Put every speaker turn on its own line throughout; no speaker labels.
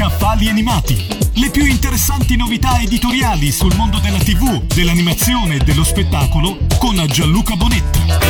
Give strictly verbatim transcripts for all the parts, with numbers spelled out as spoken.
Scaffali animati. Le più interessanti novità editoriali sul mondo della tivù, dell'animazione e dello spettacolo con Gianluca Bonetta.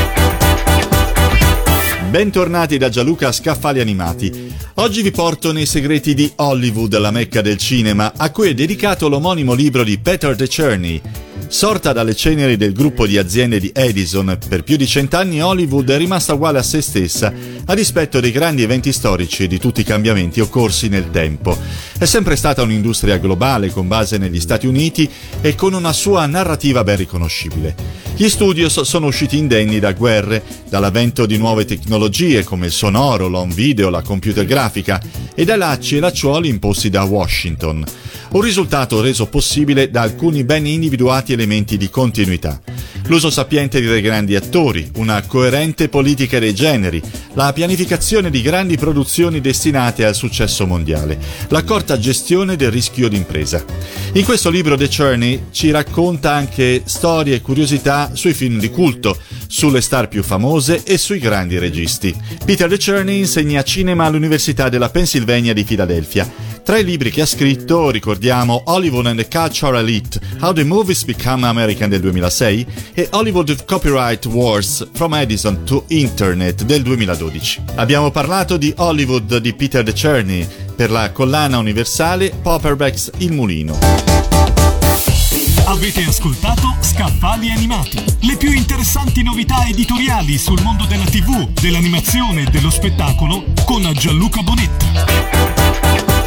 Bentornati da Gianluca Scaffali Animati. Oggi vi porto nei segreti di Hollywood, la mecca del cinema, a cui è dedicato l'omonimo libro di Peter DeCherney. Sorta dalle ceneri del gruppo di aziende di Edison, per più di cent'anni Hollywood è rimasta uguale a se stessa, a dispetto dei grandi eventi storici e di tutti i cambiamenti occorsi nel tempo. È sempre stata un'industria globale con base negli Stati Uniti e con una sua narrativa ben riconoscibile. Gli studios sono usciti indenni da guerre, dall'avvento di nuove tecnologie come il sonoro, l'home video, la computer grafica e dai lacci e lacciuoli imposti da Washington. Un risultato reso possibile da alcuni ben individuati elementi di continuità. L'uso sapiente di grandi attori, una coerente politica dei generi, la pianificazione di grandi produzioni destinate al successo mondiale, l'accorta gestione del rischio d'impresa. In questo libro DeCherney ci racconta anche storie e curiosità sui film di culto, sulle star più famose e sui grandi registi. Peter DeCherney insegna cinema all'Università della Pennsylvania di Filadelfia. Tra i libri che ha scritto ricordiamo Hollywood and the Cultural Elite, How the Movies Become American del duemilasei e Hollywood Copyright Wars From Edison to Internet del duemiladodici. Abbiamo parlato di Hollywood di Peter DeCherney per la collana universale Paperbacks Il Mulino.
Avete ascoltato Scaffali Animati, le più interessanti novità editoriali sul mondo della tivù, dell'animazione e dello spettacolo con Gianluca Bonetta.